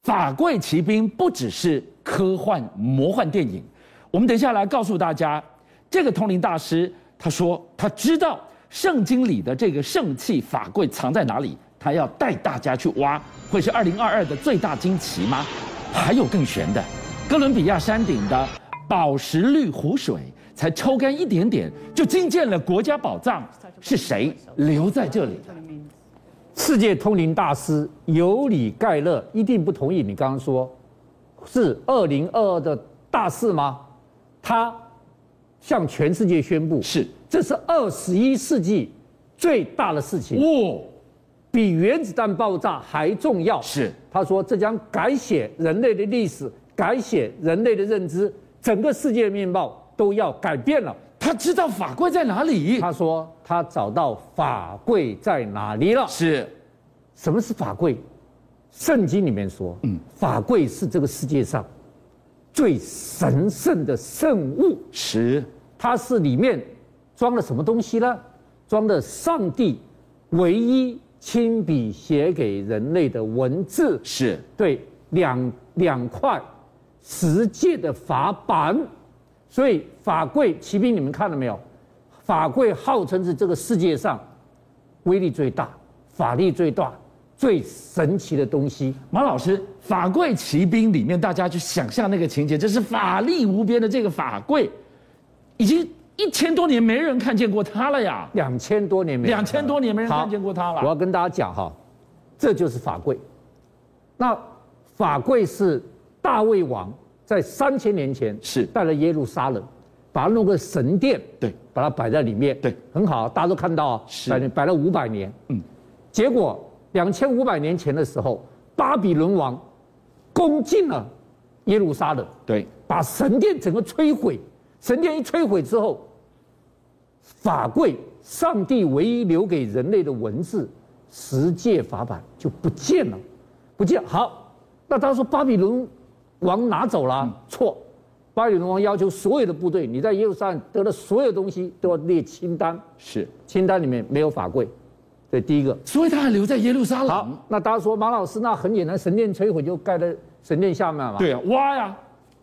法柜骑兵不只是科幻魔幻电影，我们等一下来告诉大家，这个通灵大师他说他知道圣经里的这个圣器法柜藏在哪里，他要带大家去挖，会是2022的最大惊奇吗？还有更悬的，哥伦比亚山顶的宝石绿湖水才抽干一点点，就惊见了国家宝藏，是谁留在这里的？ 世界通灵大师尤里盖勒一定不同意你刚刚说是2022的大事吗？他向全世界宣布， 是这是21世纪最大的事情，比原子弹爆炸还重要。 是他说这将改写人类的历史，改写人类的认知，整个世界的面貌都要改变了。 他知道法柜在哪里？ 他说他找到法柜在哪里了。 是， 什么是法柜？圣经里面说，法柜是这个世界上最神圣的圣物。 是， 它是里面装了什么东西呢？装了上帝唯一亲笔写给人类的文字。 是， 对，两块十诫的法版。所以法柜骑兵你们看了没有？法柜号称是这个世界上威力最大、法力最大、最神奇的东西。 马老师，法柜骑兵里面，大家去想象那个情节，这是法力无边的这个法柜，已经1000多年没人看见过它了呀 ，2000多年没人看见过它了。 我要跟大家讲哈，这就是法柜。那法柜是大卫王在3000年前是带了耶路撒冷，把它弄个神殿， 对， 把它摆在里面， 对， 很好，大家都看到啊，摆了500年，结果2500年前的时候，巴比伦王攻进了耶路撒冷， 对， 把神殿整个摧毁。神殿一摧毁之后，法柜上帝唯一留给人类的文字十诫法版就不见了，好，那他说巴比伦王拿走了，错，巴比伦王要求所有的部队，你在耶路撒冷得的所有东西都要列清单， 是， 清单里面没有法柜，这第一个， 所以他还留在耶路撒冷。 好，那大家说马老师，那很简单，神殿摧毁就盖在神殿下面嘛？ 对啊，挖呀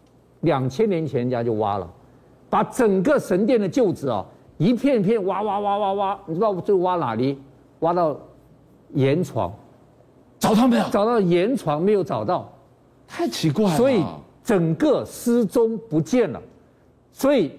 ，2000年前人家就挖了，把整个神殿的旧址啊，一片一片挖，你知道最后挖哪里？挖到岩床， 找到没有？ 找到岩床没有找到。 太奇怪了， 所以整个失踪不见了。所以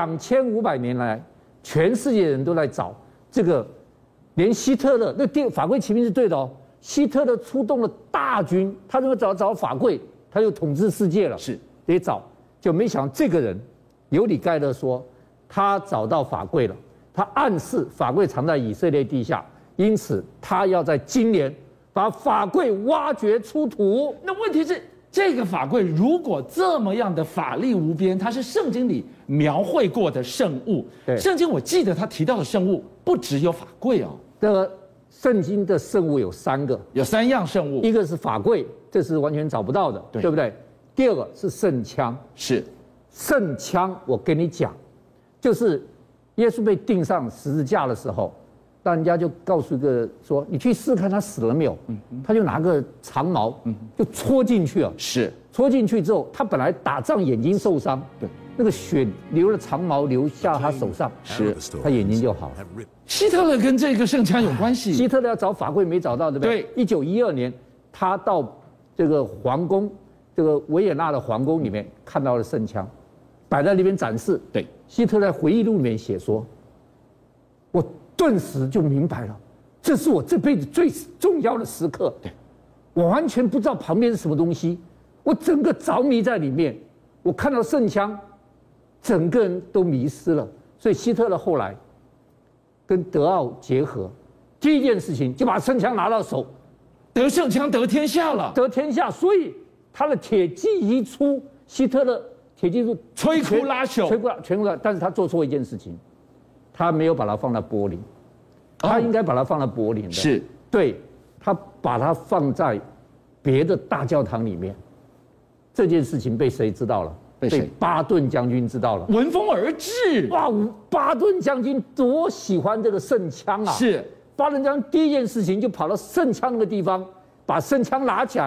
2500年来，全世界人都在找这个，连希特勒那法柜骑兵是对的哦。希特勒出动了大军，他就找法柜，他就统治世界了。 是， 得找，就没想到这个人，尤里盖勒说他找到法柜了，他暗示法柜藏在以色列地下，因此他要在今年把法柜挖掘出土。 那问题是，这个法柜如果这么样的法力无边，它是圣经里描绘过的圣物。圣经我记得他提到的圣物不只有法柜哦。 这个圣经的圣物有3个， 有3样圣物， 一个是法柜，这是完全找不到的，对不对？第二个是圣枪， 是圣枪。我跟你讲，就是耶稣被钉上十字架的时候，那人家就告诉一个说，你去试看他死了没有。他就拿个长矛，就戳进去了。 是， 戳进去之后，他本来打仗眼睛受伤，对，那个血流了长矛流下他手上， 是， 他眼睛就好了。 希特勒跟这个圣枪有关系？ 希特勒要找法柜没找到，对不对？对。1912年，他到这个皇宫，这个维也纳的皇宫里面看到了圣枪，摆在那边展示。 对。 希特勒回忆录里面写说，我顿时就明白了，这是我这辈子最重要的时刻。 对， 我完全不知道旁边是什么东西，我整个着迷在里面。我看到圣枪，整个人都迷失了。所以希特勒后来跟德奥结合，第一件事情就把圣枪拿到手， 得圣枪得天下了， 得天下。所以他的铁骑一出，希特勒铁骑出摧枯拉朽， 全部。但是他做错一件事情，他没有把它放在柏林，他应该把它放在柏林的。 是， 对，他把它放在别的大教堂里面。这件事情被谁知道了？被巴顿将军知道了， 闻风而至。 哇，巴顿将军多喜欢这个圣枪啊！ 是， 巴顿将军第一件事情就跑到圣枪那个地方，把圣枪拿起来，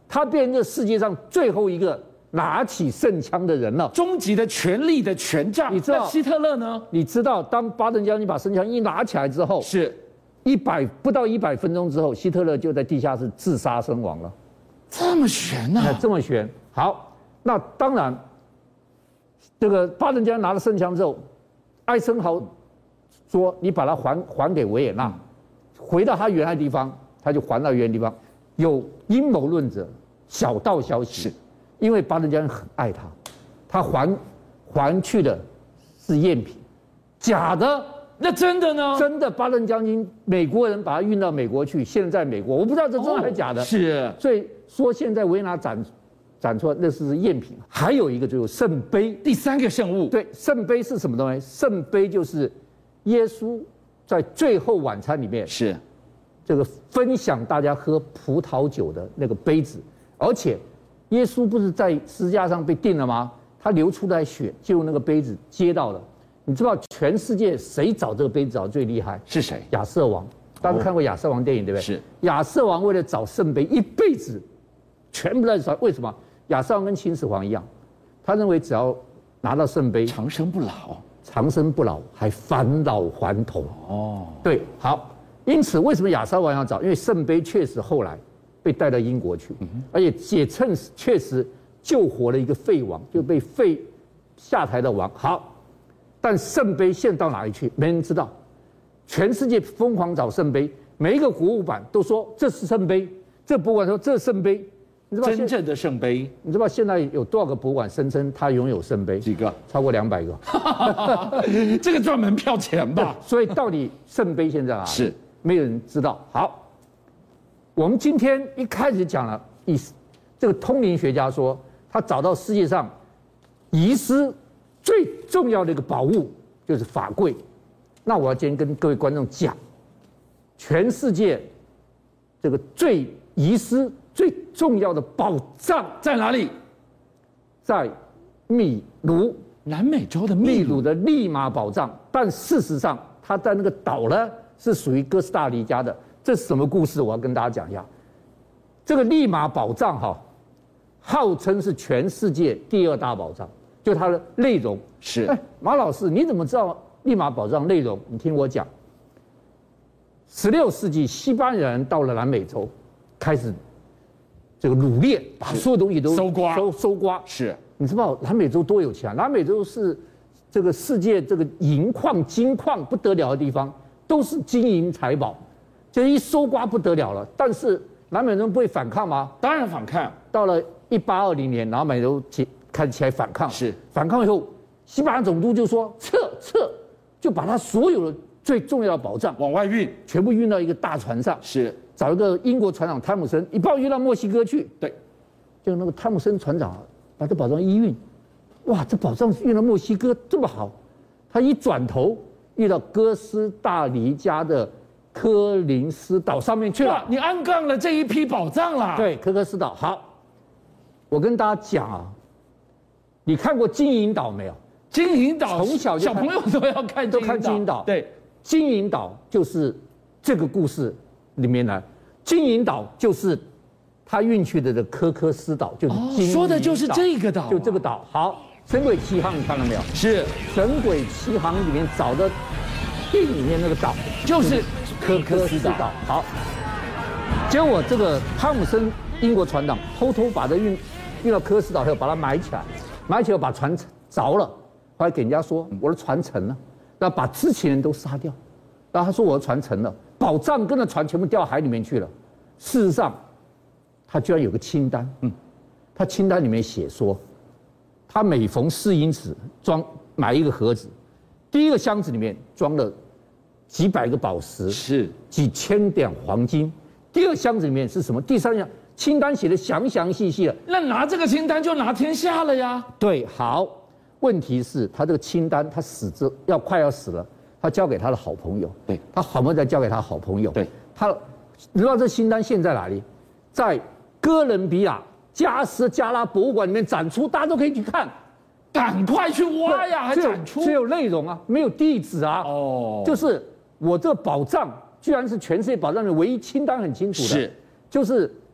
他变成这世界上最后一个拿起圣枪的人了。 终极的权力的权杖。 你知道那希特勒呢？ 你知道，当巴登将军把圣枪一拿起来之后， 是不到100分钟之后，希特勒就在地下室自杀身亡了。 这么悬啊！ 这么悬。好，那当然，这个巴登将军拿了圣枪之后，艾森豪说：“你把它还给维也纳，回到他原来的地方。”他就还到原来地方。有阴谋论者小道消息， 是因为巴登将军很爱他，他还去的是赝品，假的。 那真的呢？ 真的，巴登将军美国人把他运到美国去，现在在美国，我不知道这真的还是假的。 是， 所以说现在维也纳展出来那是赝品。还有一个就是圣杯， 第3个圣物。 对，圣杯是什么东西？圣杯就是耶稣在最后晚餐里面是这个分享大家喝葡萄酒的那个杯子，而且耶稣不是在十字架上被钉了吗？他流出来血就用那个杯子接到了。你知道全世界谁找这个杯子找最厉害？ 是谁？ 亚瑟王。大家看过亚瑟王电影对不对？ 是。 亚瑟王为了找圣杯，一辈子全部在找。为什么？亚瑟王跟秦始皇一样，他认为只要拿到圣杯， 长生不老， 长生不老，还返老还童。 哦， 对，好。因此，为什么亚瑟王要找？因为圣杯确实后来被带到英国去，而且也确实救活了一个废王，就被废下台的王。好。但圣杯现在到哪里去？没人知道。全世界疯狂找圣杯，每一个博物馆都说这是圣杯，这博物馆说这是圣杯。你知道真正的圣杯？ 你知道现在有多少个博物馆声称它拥有圣杯？ 几个？ 超过200个。这个赚门票钱吧。 所以到底圣杯现在哪里？ 是没有人知道。好，我们今天一开始讲了，这个通灵学家说他找到世界上遗失最重要的一个宝物就是法柜。那我要今天跟各位观众讲，全世界这个最遗失最重要的宝藏在哪里？ 在秘鲁， 南美洲的秘鲁的利马宝藏。但事实上，它在那个岛呢是属于哥斯达黎加的。这是什么故事？我要跟大家讲一下。这个利马宝藏号称是全世界第2大宝藏。就它的内容是。 马老师，你怎么知道利马宝藏内容？你听我讲。16世纪，西班牙人到了南美洲，开始这个掳掠，把所有东西都搜刮。 是。 你知道南美洲多有钱啊？南美洲是这个世界这个银矿、金矿不得了的地方，都是金银财宝，就一搜刮不得了了。但是南美洲不会反抗吗？ 当然反抗。 到了1820年，南美洲开始起来反抗， 是反抗以后，西班牙总督就说撤，就把他所有的最重要的宝藏往外运， 全部运到一个大船上， 是找一个英国船长汤姆森，一抱运到墨西哥去， 对， 就那个汤姆森船长把这宝藏一运，哇，这宝藏运到墨西哥这么好，他一转头运到哥斯达黎加的科林斯岛上面去了， 你安杠了这一批宝藏啦， 对，科克斯岛。好，我跟大家讲啊。你看过金银岛没有？ 金银岛从小就小朋友都要看， 都看金银岛。 对， 金银岛就是这个故事里面呢，金银岛就是他运去的科克斯岛，就是金银岛， 说的就是这个岛， 就这个岛。好，《神鬼奇航》你看到没有？ 是《 神鬼奇航》里面找的电影里面那个岛， 就是科克斯岛。好，结果这个汤姆森英国船长偷偷把这运到科克斯岛以后，把它埋起来。埋起来把船着了，后来给人家说我的船沉了，然后把知情人都杀掉，然后他说我的船沉了，宝藏跟着船全部掉海里面去了。事实上，他居然有个清单，他清单里面写说，他每逢4英尺买一个盒子，第一个箱子里面装了几百个宝石， 是几千点黄金，第二箱子里面是什么？第三样。清单写的详详细细的， 那拿这个清单就拿天下了呀。 对，好。问题是，他这个清单，他快要死了，他交给他的好朋友。 对， 他好朋友再交给他好朋友。 对， 你知道这清单现在哪里？在哥伦比亚加斯加拉博物馆里面展出，大家都可以去看。 赶快去挖呀，还展出？ 只有内容啊，没有地址啊。 哦， 就是我这宝藏，居然是全世界宝藏里唯一清单很清楚的， 是， 就是。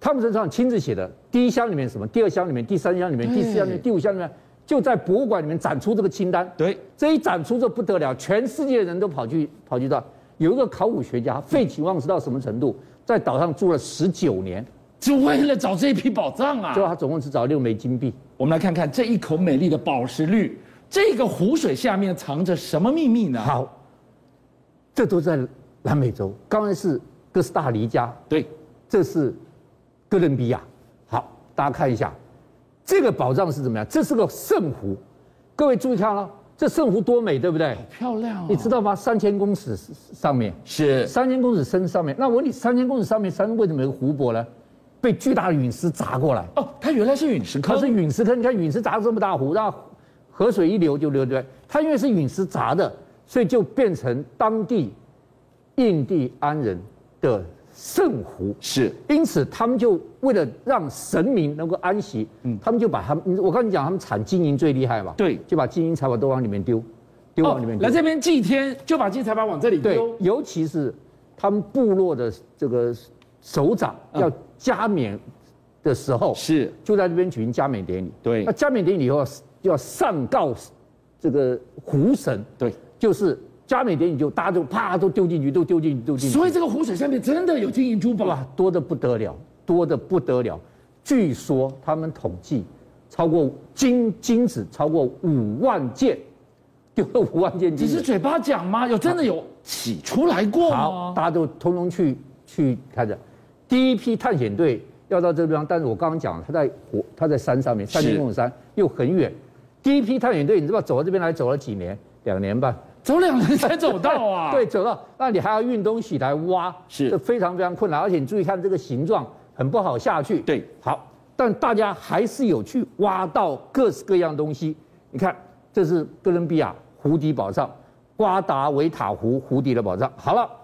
汤姆森船长亲自写的，第1箱里面什么，第2箱里面，第3箱里面，第4箱里面，第5箱里面，就在博物馆里面展出这个清单。 对， 这一展出就不得了，全世界的人都跑去到。有一个考古学家废寝忘食到什么程度，在岛上住了19年， 就为了找这一批宝藏啊！ 最后他总共只找6枚金币。 我们来看看这一口美丽的宝石绿，这个湖水下面藏着什么秘密呢？ 好，这都在南美洲，刚才是哥斯达黎加， 对， 这是哥伦比亚。好，大家看一下，这个宝藏是怎么样？这是个圣湖，各位注意看了。这圣湖多美，对不对？ 好漂亮哦！ 你知道吗？3000公尺上面是 3000公尺深上面。那我问你，3000公尺上面为什么有个湖泊呢？被巨大的陨石砸过来。 哦，它原来是陨石坑。 它是陨石坑，你看陨石砸这么大湖，那河水一流就流，对不对？它因为是陨石砸的，所以就变成当地印第安人的圣湖。 是， 因此他们就为了让神明能够安息，他们就把他们，我跟你讲，他们产金银最厉害嘛， 对， 就把金银财宝都往里面丢，往里面丢。 来这边祭天，就把金银财宝往这里丢。 对，尤其是他们部落的这个首长要加冕的时候， 是就在这边举行加冕典礼。 对， 那加冕典礼以后要上告这个湖神， 对， 就是加冕典礼就大家就啪都丢进去，都丢进去。 所以这个湖水下面真的有金银珠宝， 哇，多得不得了，多得不得了。据说他们统计，超过金子超过5万件，丢了5万件金子。 只是嘴巴讲吗？真的有洗出来过吗？ 好，大家都通通去看着。第一批探险队要到这个地方，但是我刚刚讲，他在山上面，3000公尺山又很远。第一批探险队，你知道走到这边来走了几年？2年半。 走2年才走到啊！ 对，走到，那你还要运东西来挖， 是， 这非常非常困难。而且你注意看这个形状，很不好下去。 对， 好，但大家还是有去挖到各式各样东西。你看，这是哥伦比亚湖底宝藏，瓜达维塔湖湖底的宝藏。好了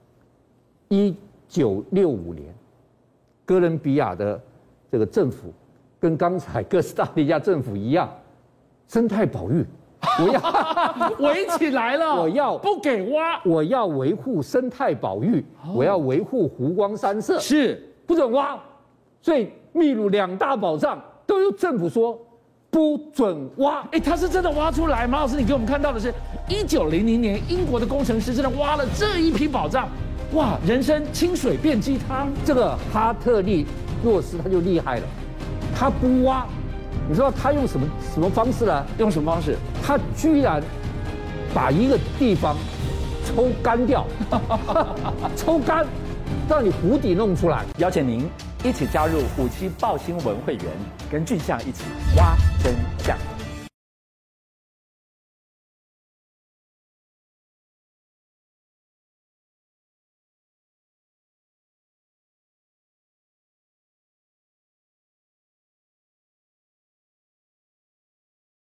，1965年，哥伦比亚的这个政府跟刚才哥斯达黎加政府一样，生态保育。我要围起来了， 我要不给挖， 我要维护生态保育，我要维护湖光山色， 是不准挖。所以秘鲁2大宝藏都由政府说不准挖。 他是真的挖出来。马老师，你给我们看到的是1900年英国的工程师真的挖了这一批宝藏，哇，人参清水变鸡汤。 这个哈特利洛斯他就厉害了，他不挖。你知道他用什么方式呢？ 用什么方式？ 他居然把一个地方抽干掉，抽干，让你湖底弄出来。 邀请您一起加入57爆新闻会员，跟俊相一起挖真相。